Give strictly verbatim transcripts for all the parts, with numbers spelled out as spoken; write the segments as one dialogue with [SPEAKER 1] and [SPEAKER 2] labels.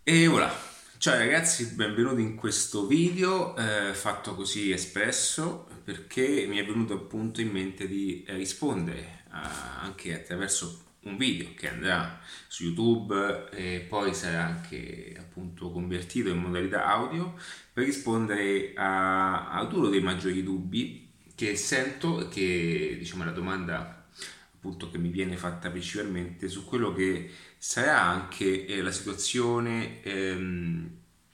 [SPEAKER 1] E voilà, ciao ragazzi, benvenuti in questo video eh, fatto così espresso perché mi è venuto appunto in mente di eh, rispondere a- anche attraverso un video che andrà su YouTube e poi sarà anche appunto convertito in modalità audio per rispondere a- ad uno dei maggiori dubbi che sento e che diciamo è la domanda appunto che mi viene fatta principalmente su quello che sarà anche eh, la situazione, ehm,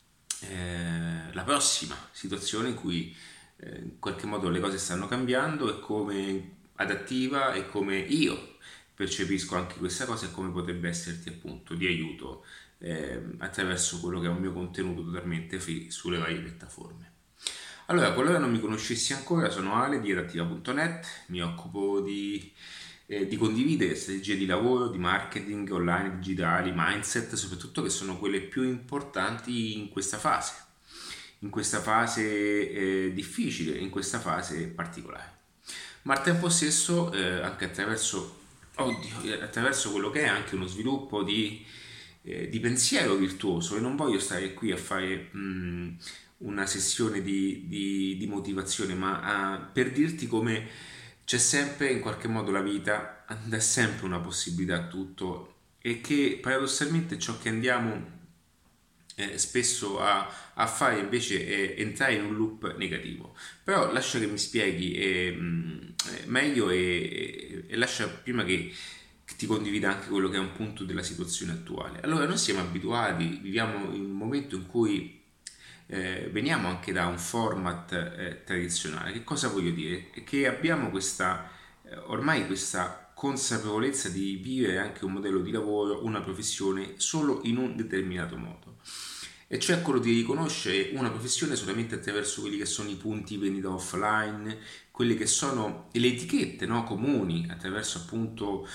[SPEAKER 1] eh, la prossima situazione in cui eh, in qualche modo le cose stanno cambiando e come adattiva e come io percepisco anche questa cosa e come potrebbe esserti appunto di aiuto ehm, attraverso quello che è un mio contenuto totalmente free sulle varie piattaforme. Allora, qualora non mi conoscessi ancora, sono Ale di adattiva punto net, mi occupo di, eh, di condividere strategie di lavoro, di marketing online, digitali, mindset, soprattutto che sono quelle più importanti in questa fase, in questa fase eh, difficile, in questa fase particolare. Ma al tempo stesso, eh, anche attraverso, oddio, eh, attraverso quello che è anche uno sviluppo di eh, di pensiero virtuoso e non voglio stare qui a fare mh, una sessione di, di- di motivazione, ma a- per dirti come c'è sempre in qualche modo la vita, dà sempre una possibilità a tutto e che paradossalmente ciò che andiamo eh, spesso a, a fare invece è entrare in un loop negativo. Però lascia che mi spieghi eh, mh, eh, meglio e, e lascia prima che, che ti condivida anche quello che è un punto della situazione attuale. Allora, noi siamo abituati, viviamo in un momento in cui eh, veniamo anche da un format eh, tradizionale. Che cosa voglio dire? È che abbiamo questa, eh, ormai questa consapevolezza di vivere anche un modello di lavoro, una professione solo in un determinato modo. E cioè quello di riconoscere una professione solamente attraverso quelli che sono i punti vendita offline, quelle che sono le etichette, no, comuni, attraverso appunto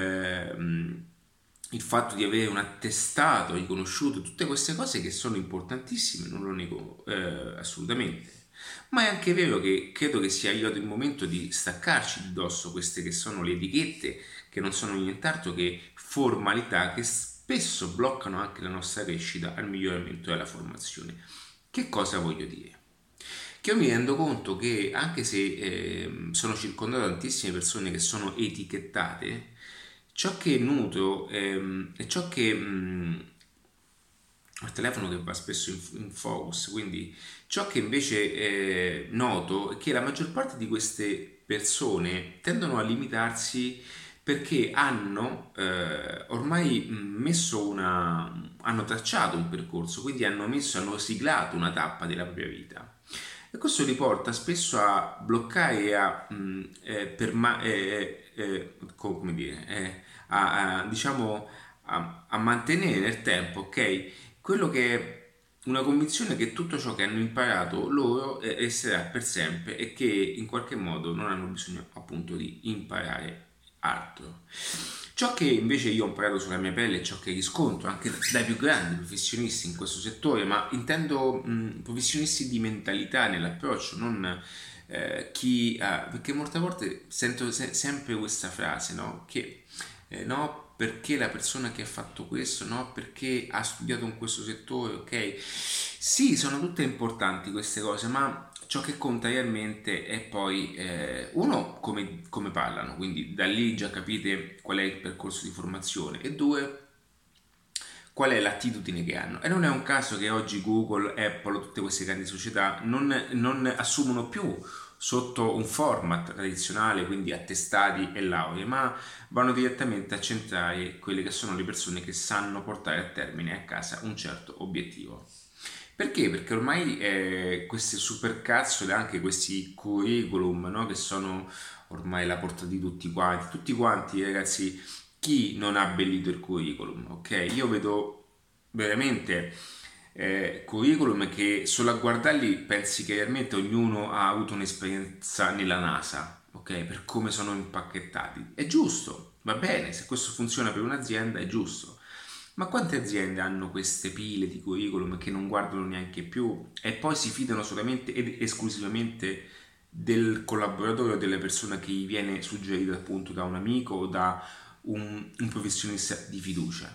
[SPEAKER 1] ehm, il fatto di avere un attestato riconosciuto, tutte queste cose che sono importantissime, non lo nego eh, assolutamente. Ma è anche vero che credo che sia arrivato il momento di staccarci di dosso queste che sono le etichette, che non sono nient'altro che formalità che spesso bloccano anche la nostra crescita al miglioramento della formazione. Che cosa voglio dire? Che io mi rendo conto che anche se eh, sono circondato da tantissime persone che sono etichettate, ciò che nutro ehm, è ciò che mh, ho il telefono che va spesso in, in focus, quindi ciò che invece eh, noto è che la maggior parte di queste persone tendono a limitarsi perché hanno eh, ormai mh, messo una, hanno tracciato un percorso, quindi hanno messo, hanno siglato una tappa della propria vita. E questo li porta spesso a bloccare e a, mh, eh, perma- eh, eh, co- come dire, eh, a, a, diciamo, a, a mantenere nel tempo, ok? Quello che è una convinzione che tutto ciò che hanno imparato loro eh, resterà per sempre e che in qualche modo non hanno bisogno appunto di imparare altro. Ciò che invece io ho imparato sulla mia pelle, ciò che riscontro anche dai più grandi professionisti in questo settore, ma intendo mh, professionisti di mentalità nell'approccio, non eh, chi ha, perché molte volte sento se- sempre questa frase, no? Che eh, no, perché la persona che ha fatto questo, no, perché ha studiato in questo settore, ok? Sì, sono tutte importanti queste cose, ma ciò che conta realmente è poi, eh, uno, come, come parlano, quindi da lì già capite qual è il percorso di formazione, e due, qual è l'attitudine che hanno. E non è un caso che oggi Google, Apple, tutte queste grandi società non, non assumono più sotto un format tradizionale, quindi attestati e lauree, ma vanno direttamente a centrare quelle che sono le persone che sanno portare a termine a casa un certo obiettivo. Perché? Perché ormai eh, queste supercazzole, anche questi curriculum, no? Che sono ormai la portata di tutti quanti, tutti quanti ragazzi, chi non ha abbellito il curriculum, ok? Io vedo veramente eh, curriculum che solo a guardarli pensi che realmente ognuno ha avuto un'esperienza nella NASA, ok? Per come sono impacchettati. È giusto, va bene, se questo funziona per un'azienda è giusto. Ma quante aziende hanno queste pile di curriculum che non guardano neanche più e poi si fidano solamente ed esclusivamente del collaboratore o della persona che gli viene suggerita appunto da un amico o da un, un professionista di fiducia?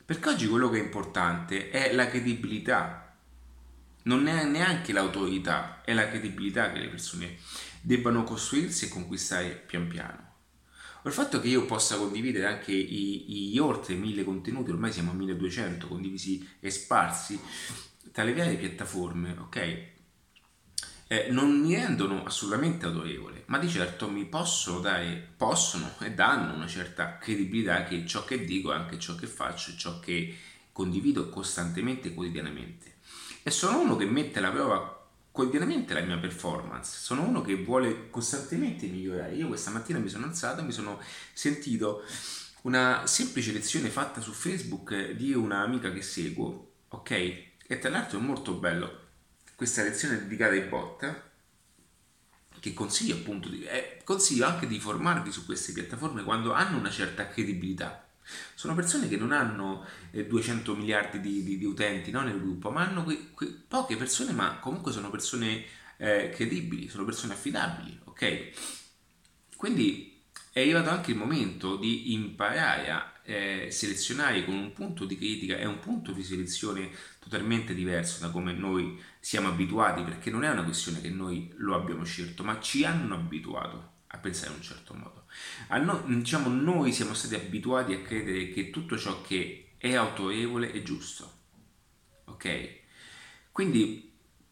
[SPEAKER 1] Perché oggi quello che è importante è la credibilità, non è neanche l'autorità, è la credibilità che le persone debbano costruirsi e conquistare pian piano. Il fatto che io possa condividere anche i, i oltre mille contenuti, ormai siamo a milleduecento condivisi e sparsi tra le varie piattaforme, ok? Eh, non mi rendono assolutamente autorevole, ma di certo mi possono dare, possono e danno una certa credibilità che ciò che dico è anche ciò che faccio e ciò che condivido costantemente e quotidianamente. E sono uno che mette alla prova quotidianamente la mia performance, sono uno che vuole costantemente migliorare. Io questa mattina mi sono alzato e mi sono sentito una semplice lezione fatta su Facebook di un'amica che seguo, ok? E tra l'altro è molto bello questa lezione dedicata ai bot, che consiglio appunto di, eh, consiglio anche di formarvi su queste piattaforme quando hanno una certa credibilità. Sono persone che non hanno eh, duecento miliardi di, di- di utenti, no, nel gruppo, ma hanno que- que- poche persone, ma comunque sono persone eh, credibili, sono persone affidabili, ok? Quindi è arrivato anche il momento di imparare a eh, selezionare con un punto di critica e un punto di selezione totalmente diverso da come noi siamo abituati, perché non è una questione che noi lo abbiamo scelto, ma ci hanno abituato a pensare in un certo modo. A no- diciamo, noi siamo stati abituati a credere che tutto ciò che è autorevole è giusto, ok? Quindi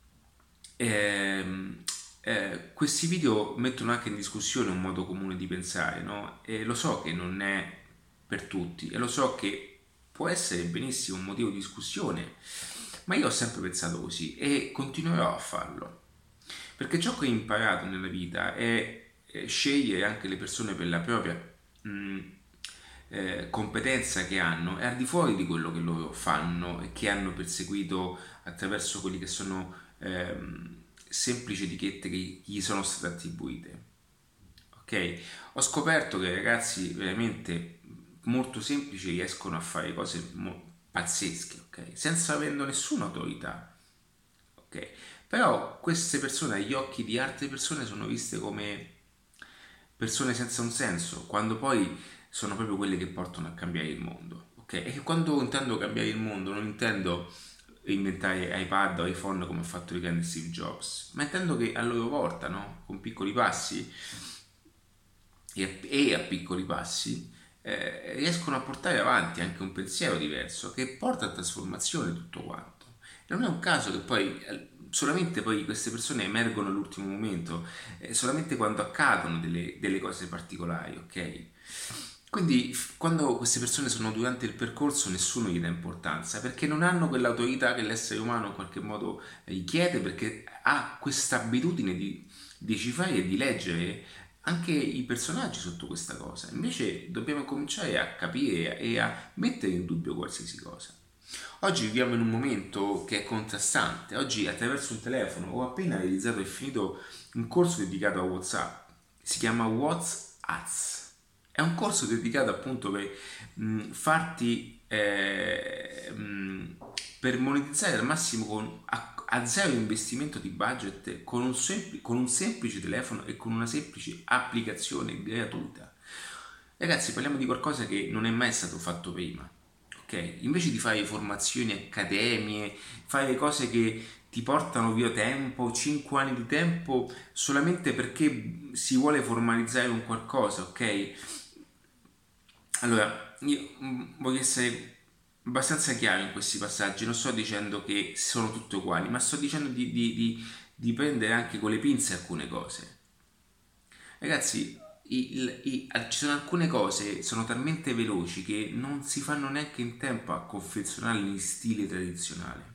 [SPEAKER 1] ehm, eh, questi video mettono anche in discussione un modo comune di pensare, no? E lo so che non è per tutti e lo so che può essere benissimo un motivo di discussione, ma io ho sempre pensato così e continuerò a farlo, perché ciò che ho imparato nella vita è eh, scegliere anche le persone per la propria mh, eh, competenza che hanno e al di fuori di quello che loro fanno e che hanno perseguito attraverso quelli che sono ehm, semplici etichette che gli sono state attribuite. Ok? Ho scoperto che ragazzi veramente molto semplici riescono a fare cose mo- pazzesche, ok? Senza avendo nessuna autorità, ok? Però queste persone agli occhi di altre persone sono viste come persone senza un senso, quando poi sono proprio quelle che portano a cambiare il mondo, ok? E quando intendo cambiare il mondo non intendo inventare iPad o iPhone come ha fatto il grande Steve Jobs, ma intendo che a loro volta, no? Con piccoli passi e a, e a piccoli passi eh, riescono a portare avanti anche un pensiero diverso che porta a trasformazione tutto quanto. E non è un caso che poi eh, solamente poi queste persone emergono all'ultimo momento, eh, solamente quando accadono delle, delle cose particolari, ok? Quindi f- quando queste persone sono durante il percorso nessuno gli dà importanza perché non hanno quell'autorità che l'essere umano in qualche modo gli chiede, perché ha questa abitudine di decifrare e di leggere anche i personaggi sotto questa cosa. Invece dobbiamo cominciare a capire e a mettere in dubbio qualsiasi cosa. Oggi viviamo in un momento che è contrastante. Oggi attraverso un telefono ho appena realizzato e finito un corso dedicato a WhatsApp. Si chiama WhatsApp. È un corso dedicato appunto per mh, farti eh, mh, per monetizzare al massimo con, a, a zero investimento di budget con un, sempli, con un semplice telefono e con una semplice applicazione gratuita. Ragazzi, parliamo di qualcosa che non è mai stato fatto prima. Ok? Invece di fare formazioni, accademie, fare cose che ti portano via tempo, cinque anni di tempo solamente perché si vuole formalizzare un qualcosa, ok? Allora, io mm, voglio essere abbastanza chiaro in questi passaggi, non sto dicendo che sono tutte uguali, ma sto dicendo di, di- di- di prendere anche con le pinze alcune cose. Ragazzi, i- il- i- ci sono alcune cose, sono talmente veloci che non si fanno neanche in tempo a confezionarle in stile tradizionale.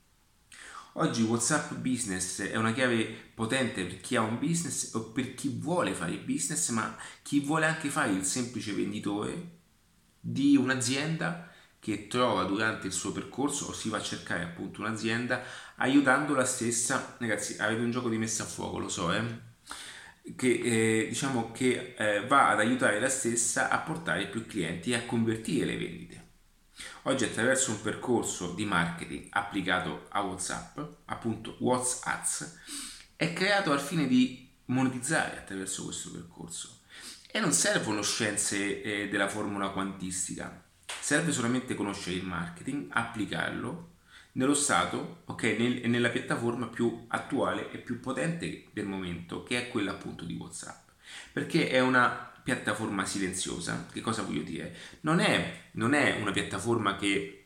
[SPEAKER 1] Oggi WhatsApp Business è una chiave potente per chi ha un business o per chi vuole fare business, ma chi vuole anche fare il semplice venditore di un'azienda che trova durante il suo percorso o si va a cercare appunto un'azienda aiutando la stessa. Ragazzi, avete un gioco di messa a fuoco, lo so, eh? Che eh, diciamo che eh, va ad aiutare la stessa a portare più clienti e a convertire le vendite. Oggi attraverso un percorso di marketing applicato a WhatsApp, appunto WhatsApp, è creato al fine di monetizzare attraverso questo percorso. E non servono scienze eh, della formula quantistica, Serve solamente conoscere il marketing, applicarlo nello stato, ok, nel, nella piattaforma più attuale e più potente del momento, che è quella appunto di WhatsApp. Perché è una piattaforma silenziosa. Che cosa voglio dire? Non è, non è una piattaforma che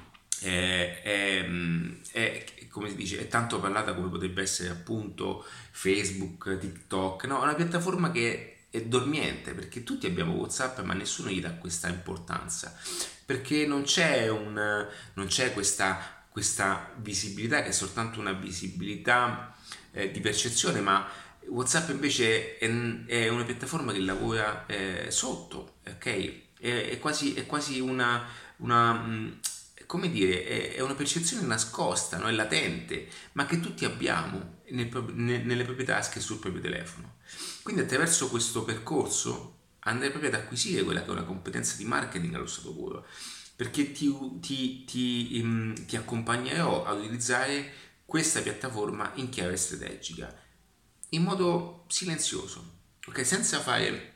[SPEAKER 1] è, è, è, come si dice, è tanto parlata come potrebbe essere appunto Facebook, TikTok. No, è una piattaforma che è dormiente, perché tutti abbiamo WhatsApp, ma nessuno gli dà questa importanza, perché non c'è, un, non c'è questa, questa visibilità, che è soltanto una visibilità eh, di percezione, ma WhatsApp invece è, è una piattaforma che lavora eh, sotto, ok? È, è quasi, è quasi una, una mh, come dire, è, è una percezione nascosta, no? È latente, ma che tutti abbiamo nel pro- ne- nelle proprie tasche e sul proprio telefono. Quindi attraverso questo percorso andrei proprio ad acquisire quella che è una competenza di marketing allo stato puro, perché ti, ti, ti, ehm, ti accompagnerò ad utilizzare questa piattaforma in chiave strategica, in modo silenzioso, ok? Senza fare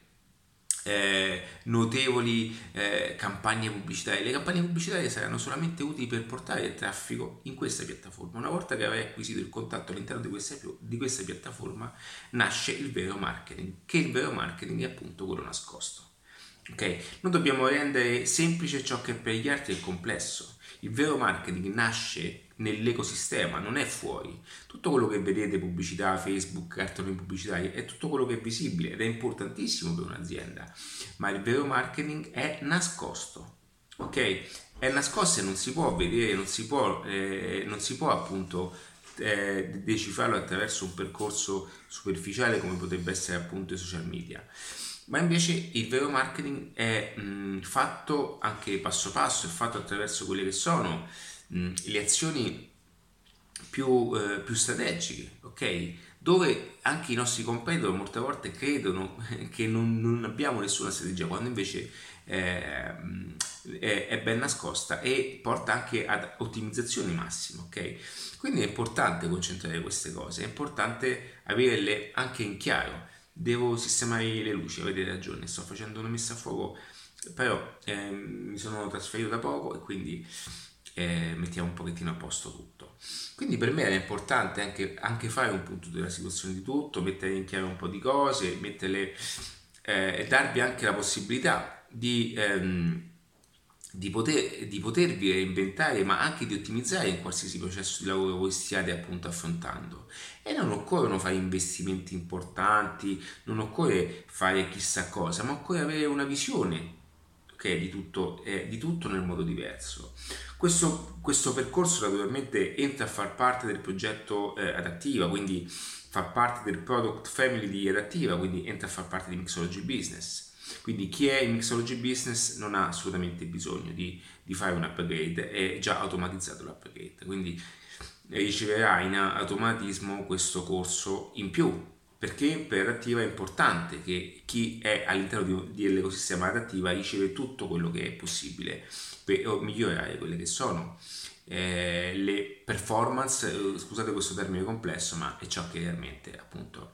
[SPEAKER 1] eh, notevoli eh, campagne pubblicitarie. Le campagne pubblicitarie saranno solamente utili per portare il traffico in questa piattaforma. Una volta che avrai acquisito il contatto all'interno di questa, di questa piattaforma, nasce il vero marketing, che il vero marketing è appunto quello nascosto. Ok? Noi dobbiamo rendere semplice ciò che per gli altri è complesso. Il vero marketing nasce nell'ecosistema, non è fuori. Tutto quello che vedete, pubblicità, Facebook, cartoni pubblicitari, è tutto quello che è visibile ed è importantissimo per un'azienda. Ma il vero marketing è nascosto. Ok? È nascosto e non si può vedere, non si può, eh, non si può appunto eh, decifrarlo attraverso un percorso superficiale come potrebbe essere appunto i social media. Ma invece il vero marketing è mh, fatto anche passo passo, è fatto attraverso quelle che sono mh, le azioni più, eh, più strategiche, ok? Dove anche i nostri competitor molte volte credono che non, non abbiamo nessuna strategia, quando invece eh, è, è ben nascosta e porta anche ad ottimizzazioni massime, ok? Quindi è importante concentrare queste cose, è importante averle anche in chiaro. Devo sistemare le luci, avete ragione, sto facendo una messa a fuoco, però eh, mi sono trasferito da poco e quindi eh, mettiamo un pochettino a posto tutto. Quindi per me era importante anche, anche fare un punto della situazione di tutto, mettere in chiaro un po' di cose, metterle, eh, e darvi anche la possibilità di, ehm, di, poter, di potervi reinventare, ma anche di ottimizzare in qualsiasi processo di lavoro voi stiate appunto affrontando. E non occorrono fare investimenti importanti, non occorre fare chissà cosa, ma occorre avere una visione, ok, di tutto, eh, di tutto nel modo diverso. Questo, questo percorso naturalmente entra a far parte del progetto eh, Adattiva, quindi fa parte del product family di Adattiva, quindi entra a far parte di Mixology Business. Quindi chi è in Mixology Business non ha assolutamente bisogno di, di fare un upgrade, è già automatizzato l'upgrade, quindi riceverà in automatismo questo corso in più, perché per Adattiva è importante che chi è all'interno di, dell'ecosistema Adattiva riceve tutto quello che è possibile per migliorare quelle che sono eh, le performance, eh, scusate questo termine complesso, ma è ciò che realmente appunto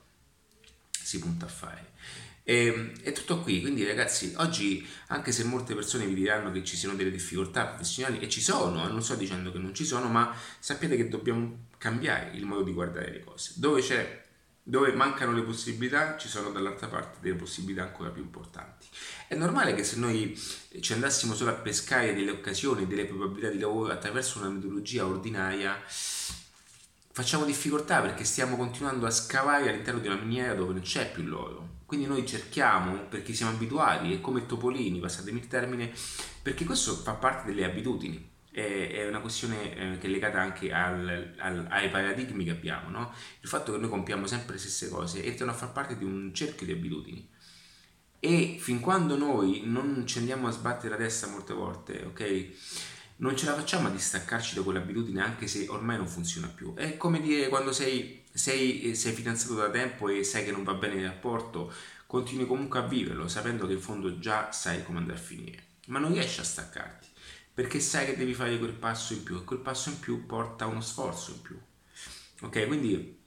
[SPEAKER 1] si punta a fare. E, è tutto qui, quindi ragazzi, oggi anche se molte persone vi diranno che ci siano delle difficoltà professionali, e ci sono, non sto dicendo che non ci sono, ma sappiate che dobbiamo cambiare il modo di guardare le cose. Dove c'è dove mancano le possibilità, ci sono dall'altra parte delle possibilità ancora più importanti. È normale che se noi ci andassimo solo a pescare delle occasioni, delle probabilità di lavoro attraverso una metodologia ordinaria, facciamo difficoltà perché stiamo continuando a scavare all'interno di una miniera dove non c'è più l'oro. Quindi noi cerchiamo, perché siamo abituati, è come topolini, passatemi il termine, perché questo fa parte delle abitudini. È una questione eh, che è legata anche al, al, ai paradigmi che abbiamo, no? Il fatto che noi compiamo sempre le stesse cose entrano a far parte di un cerchio di abitudini, e fin quando noi non ci andiamo a sbattere la testa molte volte, ok, non ce la facciamo a distaccarci da quell'abitudine anche se ormai non funziona più. È come dire quando sei, sei, sei fidanzato da tempo e sai che non va bene il rapporto, continui comunque a viverlo sapendo che in fondo già sai come andrà a finire, ma non riesci a staccarti perché sai che devi fare quel passo in più, e quel passo in più porta uno sforzo in più, ok? Quindi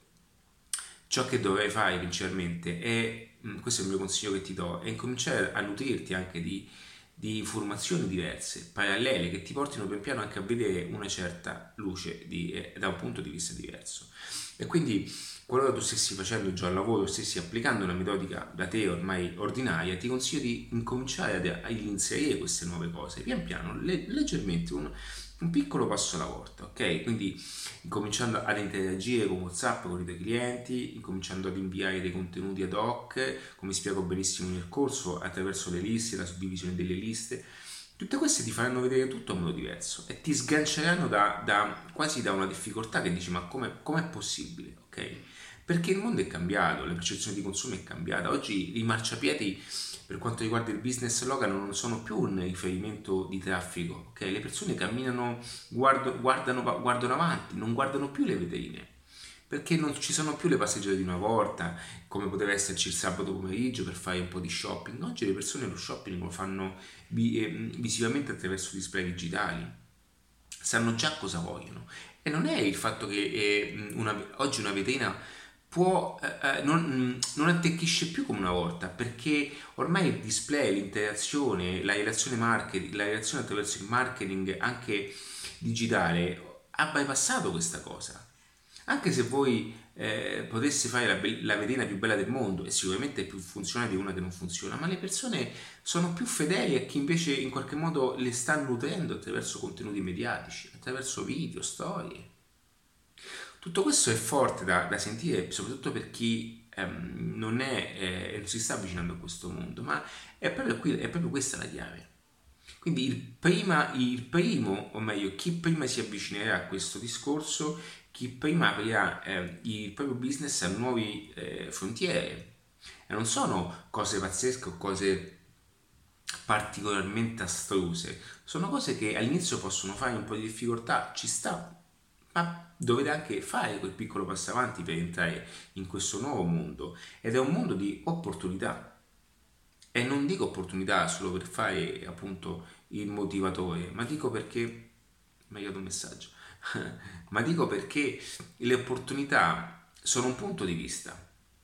[SPEAKER 1] ciò che dovrai fare principalmente è, questo è il mio consiglio che ti do, è incominciare a nutrirti anche di, di informazioni diverse, parallele, che ti portino pian piano anche a vedere una certa luce di, eh, da un punto di vista diverso. E quindi, qualora tu stessi facendo già il lavoro, stessi applicando una metodica da te ormai ordinaria, ti consiglio di incominciare ad, ad inserire queste nuove cose, pian piano, le, leggermente, un, un piccolo passo alla volta, ok? Quindi incominciando ad interagire con WhatsApp, con i tuoi clienti, incominciando ad inviare dei contenuti ad hoc, come spiego benissimo nel corso, attraverso le liste, la suddivisione delle liste. Tutte queste ti faranno vedere tutto in modo diverso e ti sganceranno da, da quasi da una difficoltà che dici ma come è possibile, ok? Perché il mondo è cambiato, la percezione di consumo è cambiata. Oggi i marciapiedi per quanto riguarda il business local non sono più un riferimento di traffico, ok? Le persone camminano, guardo, guardano, guardano avanti, non guardano più le vetrine, perché non ci sono più le passeggiate di una volta, come poteva esserci il sabato pomeriggio per fare un po' di shopping. Oggi le persone lo shopping lo fanno visivamente attraverso display digitali, sanno già cosa vogliono, e non è il fatto che una, oggi una vetrina può, eh, non, non attecchisce più come una volta, perché ormai il display, l'interazione, la relazione marketing, la relazione attraverso il marketing anche digitale ha bypassato questa cosa. Anche se voi eh, potesse fare la, be- la vetrina più bella del mondo, e sicuramente è più funzionale di una che non funziona, ma le persone sono più fedeli a chi invece in qualche modo le sta nutrendo attraverso contenuti mediatici, attraverso video, storie. Tutto questo è forte da, da sentire, soprattutto per chi ehm, non è eh, non si sta avvicinando a questo mondo, ma è proprio, qui, è proprio questa la chiave. Quindi il, prima, il primo, o meglio, chi prima si avvicinerà a questo discorso, chi prima aprirà eh, il proprio business a nuove eh, frontiere. E non sono cose pazzesche o cose particolarmente astruse, sono cose che all'inizio possono fare un po' di difficoltà, ci sta, ma dovete anche fare quel piccolo passo avanti per entrare in questo nuovo mondo, ed è un mondo di opportunità. E non dico opportunità solo per fare appunto il motivatore, ma dico perché, meglio un messaggio, ma dico perché le opportunità sono un punto di vista.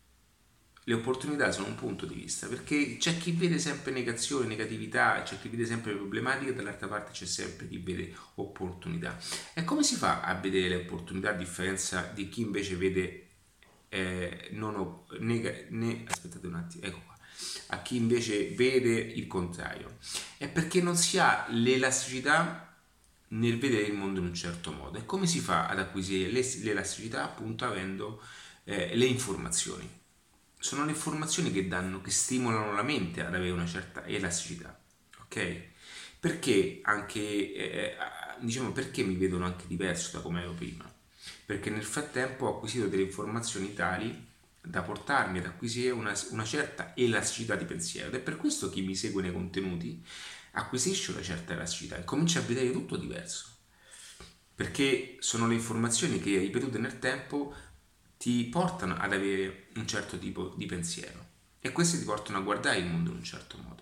[SPEAKER 1] Le opportunità sono un punto di vista, perché c'è chi vede sempre negazione, negatività, c'è chi vede sempre problematiche, dall'altra parte c'è sempre chi vede opportunità. E come si fa a vedere le opportunità a differenza di chi invece vede eh, non ho, nega, ne, aspettate un attimo, ecco qua, a chi invece vede il contrario? È perché non si ha l'elasticità nel vedere il mondo in un certo modo. E come si fa ad acquisire l'elasticità? Appunto avendo eh, le informazioni. Sono le informazioni che danno, che stimolano la mente ad avere una certa elasticità, ok? Perché anche, eh, diciamo, perché mi vedono anche diverso da come ero prima? Perché nel frattempo ho acquisito delle informazioni tali da portarmi ad acquisire una, una certa elasticità di pensiero, ed è per questo che chi mi segue nei contenuti acquisisce una certa elasticità e comincia a vedere tutto diverso, perché sono le informazioni che ripetute nel tempo ti portano ad avere un certo tipo di pensiero, e questi ti portano a guardare il mondo in un certo modo.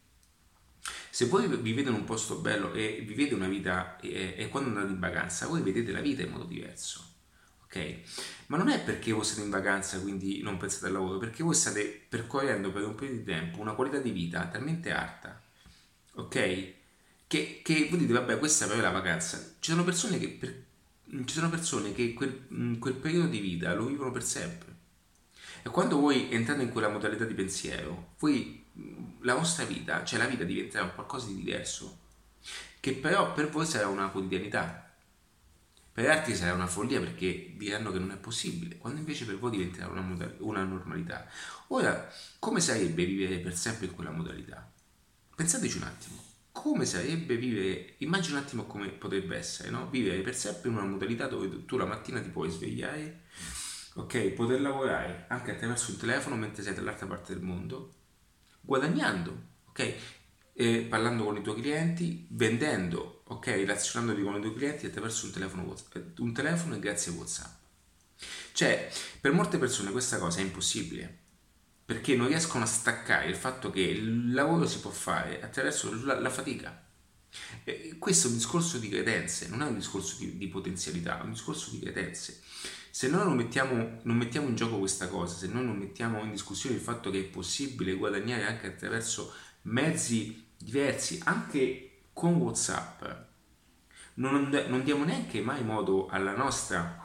[SPEAKER 1] Se voi vivete in un posto bello e vivete una vita e, e quando andate in vacanza voi vedete la vita in modo diverso, ok? Ma non è perché voi siete in vacanza quindi non pensate al lavoro, perché voi state percorrendo per un periodo di tempo una qualità di vita talmente alta, ok? Che, che voi dite vabbè, questa però è la vacanza. Ci sono persone che per ci sono persone che quel, quel periodo di vita lo vivono per sempre, e quando voi entrate in quella modalità di pensiero, voi la vostra vita, cioè la vita, diventerà un qualcosa di diverso, che però per voi sarà una quotidianità, per altri sarà una follia perché diranno che non è possibile, quando invece per voi diventerà una, moda- una normalità. Ora, come sarebbe vivere per sempre in quella modalità? Pensateci un attimo. Come sarebbe vivere, immagina un attimo come potrebbe essere, no? Vivere per sempre in una modalità dove tu la mattina ti puoi svegliare, ok, poter lavorare anche attraverso il telefono mentre sei dall'altra parte del mondo, guadagnando, ok, e parlando con i tuoi clienti, vendendo, ok, relazionandoti con i tuoi clienti attraverso un telefono, un telefono e grazie a WhatsApp. Cioè, per molte persone questa cosa è impossibile, perché non riescono a staccare il fatto che il lavoro si può fare attraverso la, la fatica. E questo è un discorso di credenze, non è un discorso di, di potenzialità, è un discorso di credenze. Se noi non mettiamo, non mettiamo in gioco questa cosa, se noi non mettiamo in discussione il fatto che è possibile guadagnare anche attraverso mezzi diversi, anche con WhatsApp. Non, non diamo neanche mai modo alla nostra,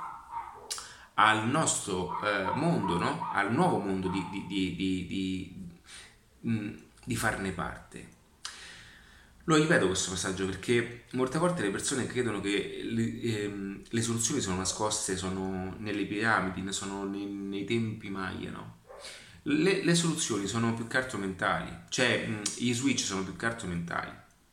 [SPEAKER 1] al nostro eh, mondo, no? Al nuovo mondo di, di, di, di, di, mh, di farne parte. Lo ripeto questo passaggio perché molte volte le persone credono che le, ehm, le soluzioni sono nascoste, sono nelle piramidi, sono nei, nei tempi Maya, no? Le, le soluzioni sono più che altro mentali, cioè mh, gli switch sono più che altro mentali.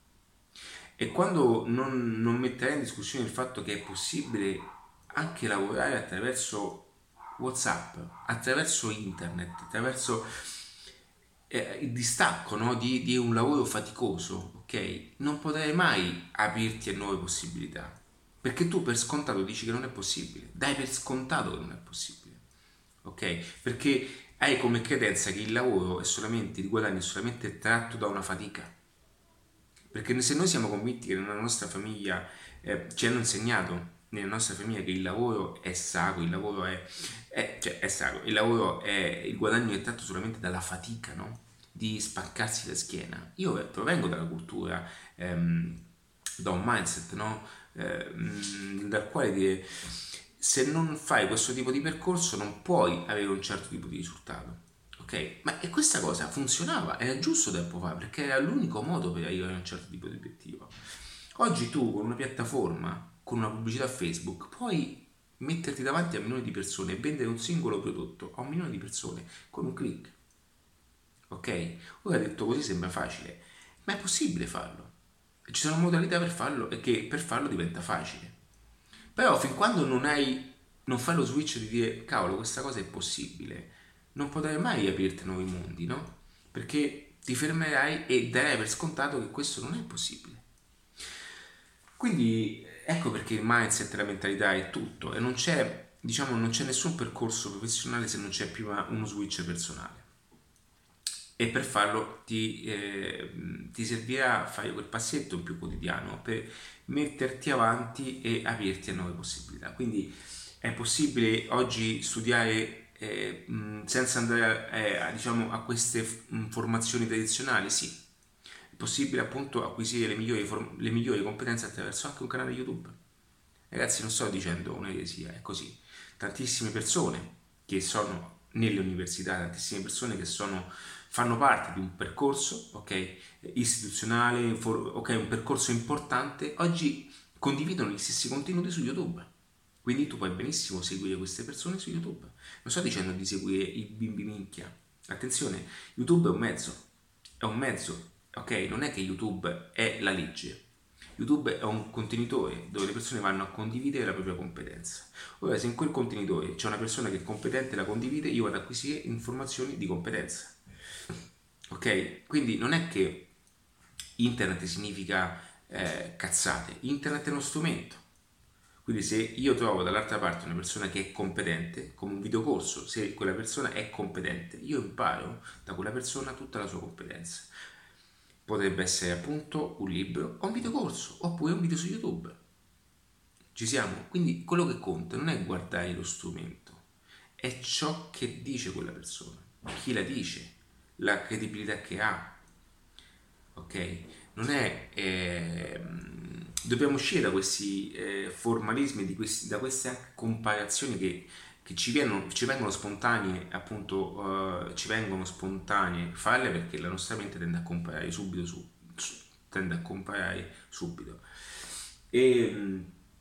[SPEAKER 1] E quando non, non metterai in discussione il fatto che è possibile anche lavorare attraverso WhatsApp, attraverso internet, attraverso eh, il distacco, no? di, di un lavoro faticoso, ok? Non potrai mai aprirti a nuove possibilità, perché tu per scontato dici che non è possibile, dai per scontato che non è possibile, ok? Perché hai come credenza che il lavoro è solamente, il guadagno è solamente tratto da una fatica. Perché se noi siamo convinti che nella nostra famiglia eh, ci hanno insegnato nella nostra famiglia che il lavoro è sacro, il lavoro è, è, cioè è sacro, il lavoro è, il guadagno è tratto solamente dalla fatica, no? Di spaccarsi la schiena. Io provengo dalla cultura, ehm, da un mindset, no? Ehm, dal quale dire, se non fai questo tipo di percorso non puoi avere un certo tipo di risultato. Ok, ma e questa cosa funzionava, era giusto tempo fa perché era l'unico modo per arrivare a un certo tipo di obiettivo. Oggi tu con una piattaforma, con una pubblicità Facebook, puoi metterti davanti a milioni di persone e vendere un singolo prodotto a un milione di persone con un click. Ok? Ora detto così sembra facile, ma è possibile farlo. Ci sono modalità per farlo e che per farlo diventa facile. Però fin quando non hai, non fai lo switch di dire cavolo questa cosa è possibile, non potrai mai aprirti a nuovi mondi, no? Perché ti fermerai e darai per scontato che questo non è possibile. Quindi ecco perché il mindset e la mentalità è tutto e non c'è, diciamo, non c'è nessun percorso professionale se non c'è prima uno switch personale. E per farlo ti, eh, ti servirà fare quel passetto in più quotidiano per metterti avanti e aprirti a nuove possibilità. Quindi è possibile oggi studiare eh, mh, senza andare eh, a, diciamo, a queste mh, formazioni tradizionali? Sì, è possibile appunto acquisire le migliori, form- le migliori competenze attraverso anche un canale YouTube. Ragazzi, non sto dicendo un'eresia, è così. Tantissime persone che sono nelle università, tantissime persone che sono, fanno parte di un percorso, ok, istituzionale, ok, un percorso importante, oggi condividono gli stessi contenuti su YouTube. Quindi tu puoi benissimo seguire queste persone su YouTube. Non sto dicendo di seguire i bimbi minchia. Attenzione, YouTube è un mezzo, è un mezzo, ok? Non è che YouTube è la legge. YouTube è un contenitore dove le persone vanno a condividere la propria competenza. Ora, se in quel contenitore c'è una persona che è competente e la condivide, io vado ad acquisire informazioni di competenza. Ok? Quindi non è che internet significa eh, cazzate, internet è uno strumento. Quindi se io trovo dall'altra parte una persona che è competente, come un videocorso, se quella persona è competente, io imparo da quella persona tutta la sua competenza. Potrebbe essere appunto un libro o un videocorso, oppure un video su YouTube. Ci siamo? Quindi quello che conta non è guardare lo strumento, è ciò che dice quella persona, chi la dice, la credibilità che ha. Ok? Non è... ehm, dobbiamo uscire da questi eh, formalismi, di questi, da queste anche comparazioni che, che ci, vengono, ci vengono spontanee, appunto, eh, ci vengono spontanee farle perché la nostra mente tende a comparare subito, su, su, tende a comparare subito. E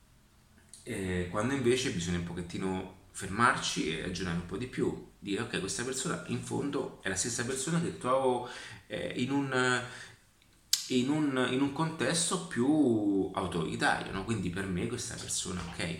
[SPEAKER 1] eh, quando invece bisogna un pochettino fermarci e ragionare un po' di più, dire ok, questa persona in fondo è la stessa persona che trovo eh, in un in un, in un contesto più autoritario, no? Quindi per me questa persona, ok.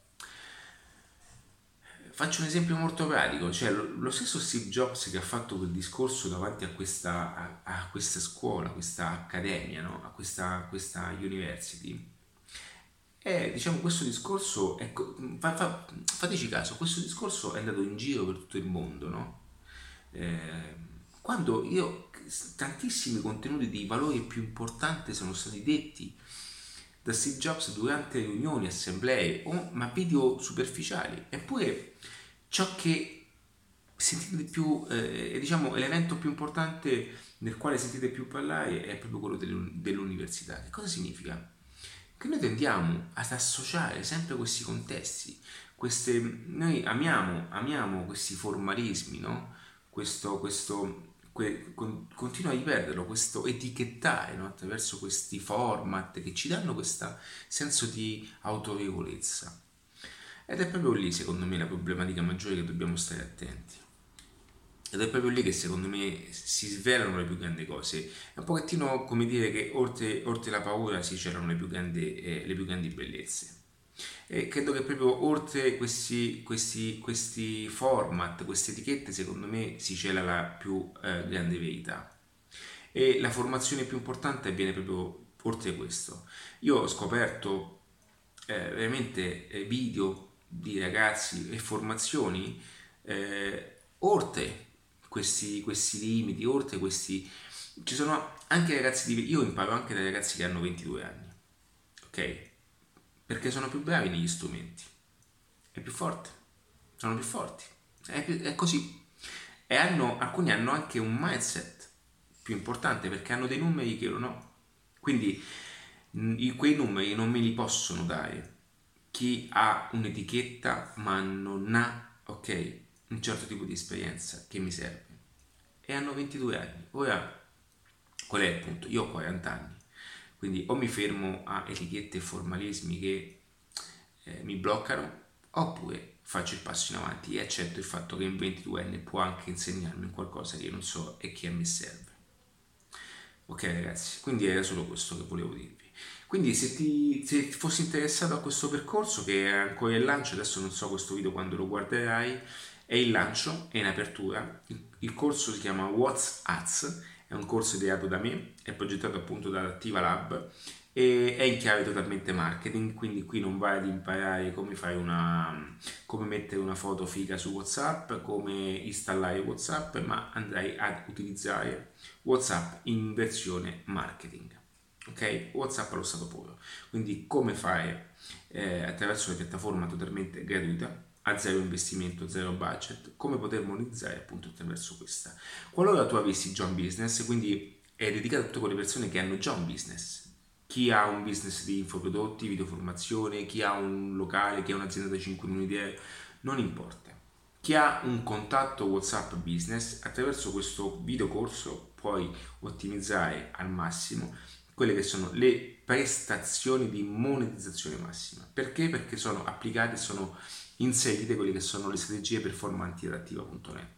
[SPEAKER 1] Faccio un esempio molto pratico, cioè lo, lo stesso Steve Jobs che ha fatto quel discorso davanti a questa, a, a questa scuola, a questa accademia, no? a, questa, a questa university, e diciamo questo discorso, ecco, fa, fa, fateci caso, questo discorso è andato in giro per tutto il mondo, no? Eh, quando io tantissimi contenuti di valore più importante sono stati detti da Steve Jobs durante riunioni, assemblee, o, ma video superficiali, eppure ciò che sentite più, eh, diciamo, l'evento più importante nel quale sentite più parlare è proprio quello dell'un- dell'università. Che cosa significa? Che noi tendiamo ad associare sempre questi contesti, queste, noi amiamo, amiamo questi formalismi, no? Questo, questo, que- con- continua a ripeterlo, questo etichettare, no? Attraverso questi format che ci danno questo senso di autorevolezza. Ed è proprio lì, secondo me, la problematica maggiore che dobbiamo stare attenti. Ed è proprio lì che secondo me si svelano le più grandi cose. È un pochettino come dire che oltre, oltre la paura si celano le più grandi, eh, le più grandi bellezze. E credo che proprio oltre questi, questi, questi format, queste etichette, secondo me si cela la più eh, grande verità. E la formazione più importante avviene proprio oltre questo. Io ho scoperto eh, veramente eh, video di ragazzi e formazioni eh, oltre questi, questi limiti, oltre questi... Ci sono anche ragazzi di... Io imparo anche dai ragazzi che hanno ventidue anni, ok? Perché sono più bravi negli strumenti, è più forte, sono più forti, è, più- è così. E hanno, alcuni hanno anche un mindset più importante perché hanno dei numeri che io non ho. Quindi mh, i- quei numeri non me li possono dare chi ha un'etichetta ma non ha, ok, un certo tipo di esperienza che mi serve. E hanno ventidue anni. Ora, qual è il punto? Io ho quaranta anni, quindi o mi fermo a etichette e formalismi che eh, mi bloccano, oppure faccio il passo in avanti e accetto il fatto che un ventiduenne può anche insegnarmi qualcosa che io non so e che a me serve. Ok ragazzi, quindi era solo questo che volevo dirvi. Quindi se ti, se ti fossi interessato a questo percorso che è ancora in lancio, adesso non so questo video quando lo guarderai, è in lancio, è in apertura, il, il corso si chiama What's Ads, è un corso ideato da me, è progettato appunto da Attiva Lab e è in chiave totalmente marketing, quindi qui non vai ad imparare come fare una, come mettere una foto figa su WhatsApp, come installare WhatsApp, ma andrai ad utilizzare WhatsApp in versione marketing. Ok? WhatsApp allo stato puro. Quindi come fare eh, attraverso una piattaforma totalmente gratuita, a zero investimento, zero budget, come poter monetizzare appunto attraverso questa. Qualora tu avessi già un business, quindi è dedicato a tutte quelle persone che hanno già un business, chi ha un business di infoprodotti, videoformazione, chi ha un locale, chi ha un'azienda da cinque milioni di euro, non importa. Chi ha un contatto WhatsApp business, attraverso questo video corso puoi ottimizzare al massimo quelle che sono le prestazioni di monetizzazione massima. Perché? Perché sono applicate, sono inserite quelle che sono le strategie performanti ad attiva punto net.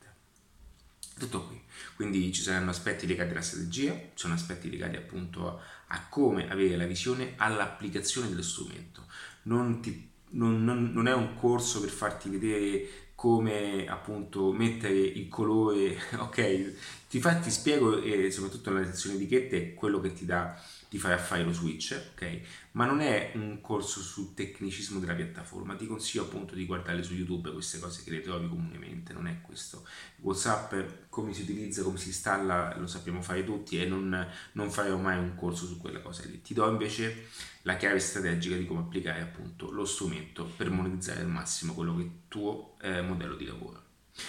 [SPEAKER 1] Tutto qui. Quindi ci saranno aspetti legati alla strategia, ci sono aspetti legati appunto a, a come avere la visione all'applicazione dello strumento. Non, ti, non, non, non è un corso per farti vedere come appunto mettere il colore, ok? Ti, fa, ti spiego, e soprattutto nella sezione etichette, quello che ti dà di fare a fare lo switch, ok? Ma non è un corso sul tecnicismo della piattaforma, ti consiglio appunto di guardare su YouTube queste cose che le trovi comunemente, non è questo. WhatsApp, come si utilizza, come si installa, lo sappiamo fare tutti e non, non farò mai un corso su quella cosa lì. Ti do invece la chiave strategica di come applicare appunto lo strumento per monetizzare al massimo quello che è il tuo eh, modello di lavoro.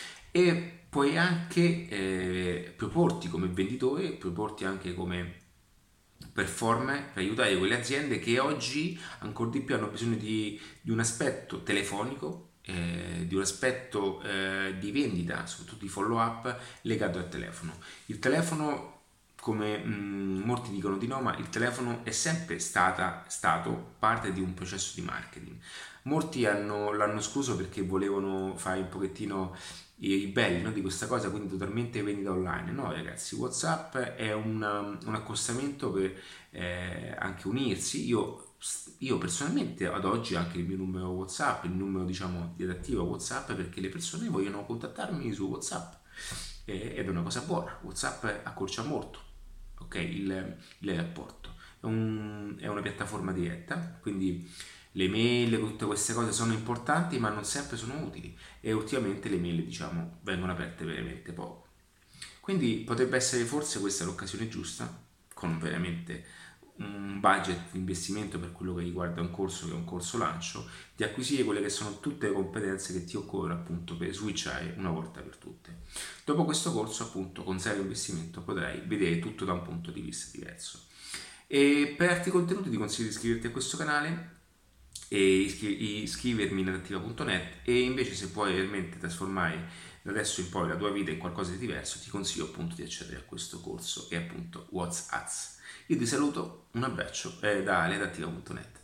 [SPEAKER 1] E puoi anche eh, proporti come venditore, proporti anche come performer per aiutare quelle aziende che oggi ancora di più hanno bisogno di, di un aspetto telefonico, eh, di un aspetto eh, di vendita, soprattutto di follow up legato al telefono. Il telefono, come mh, molti dicono di no, ma il telefono è sempre stata, stato parte di un processo di marketing. Molti hanno, l'hanno escluso perché volevano fare un pochettino i ribelli, no, di questa cosa, quindi totalmente vendita online. No ragazzi, WhatsApp è una, un accostamento per eh, anche unirsi. Io, io personalmente ad oggi ho anche il mio numero WhatsApp, il numero diciamo di adattivo WhatsApp perché le persone vogliono contattarmi su WhatsApp eh, ed è una cosa buona. WhatsApp accorcia molto, ok, il, il rapporto. È, un, è una piattaforma diretta, quindi le mail, tutte queste cose sono importanti ma non sempre sono utili e ultimamente le mail diciamo vengono aperte veramente poco. Quindi potrebbe essere forse questa l'occasione giusta, con veramente un budget di investimento per quello che riguarda un corso che è un corso lancio, di acquisire quelle che sono tutte le competenze che ti occorrono appunto per switchare una volta per tutte. Dopo questo corso appunto con zero investimento potrai vedere tutto da un punto di vista diverso. E per altri contenuti ti consiglio di iscriverti a questo canale e iscri- iscrivermi in adattiva punto net, e invece se vuoi realmente trasformare da adesso in poi la tua vita in qualcosa di diverso ti consiglio appunto di accedere a questo corso e appunto What's Ads. Io ti saluto, un abbraccio eh, da ale adattiva punto net.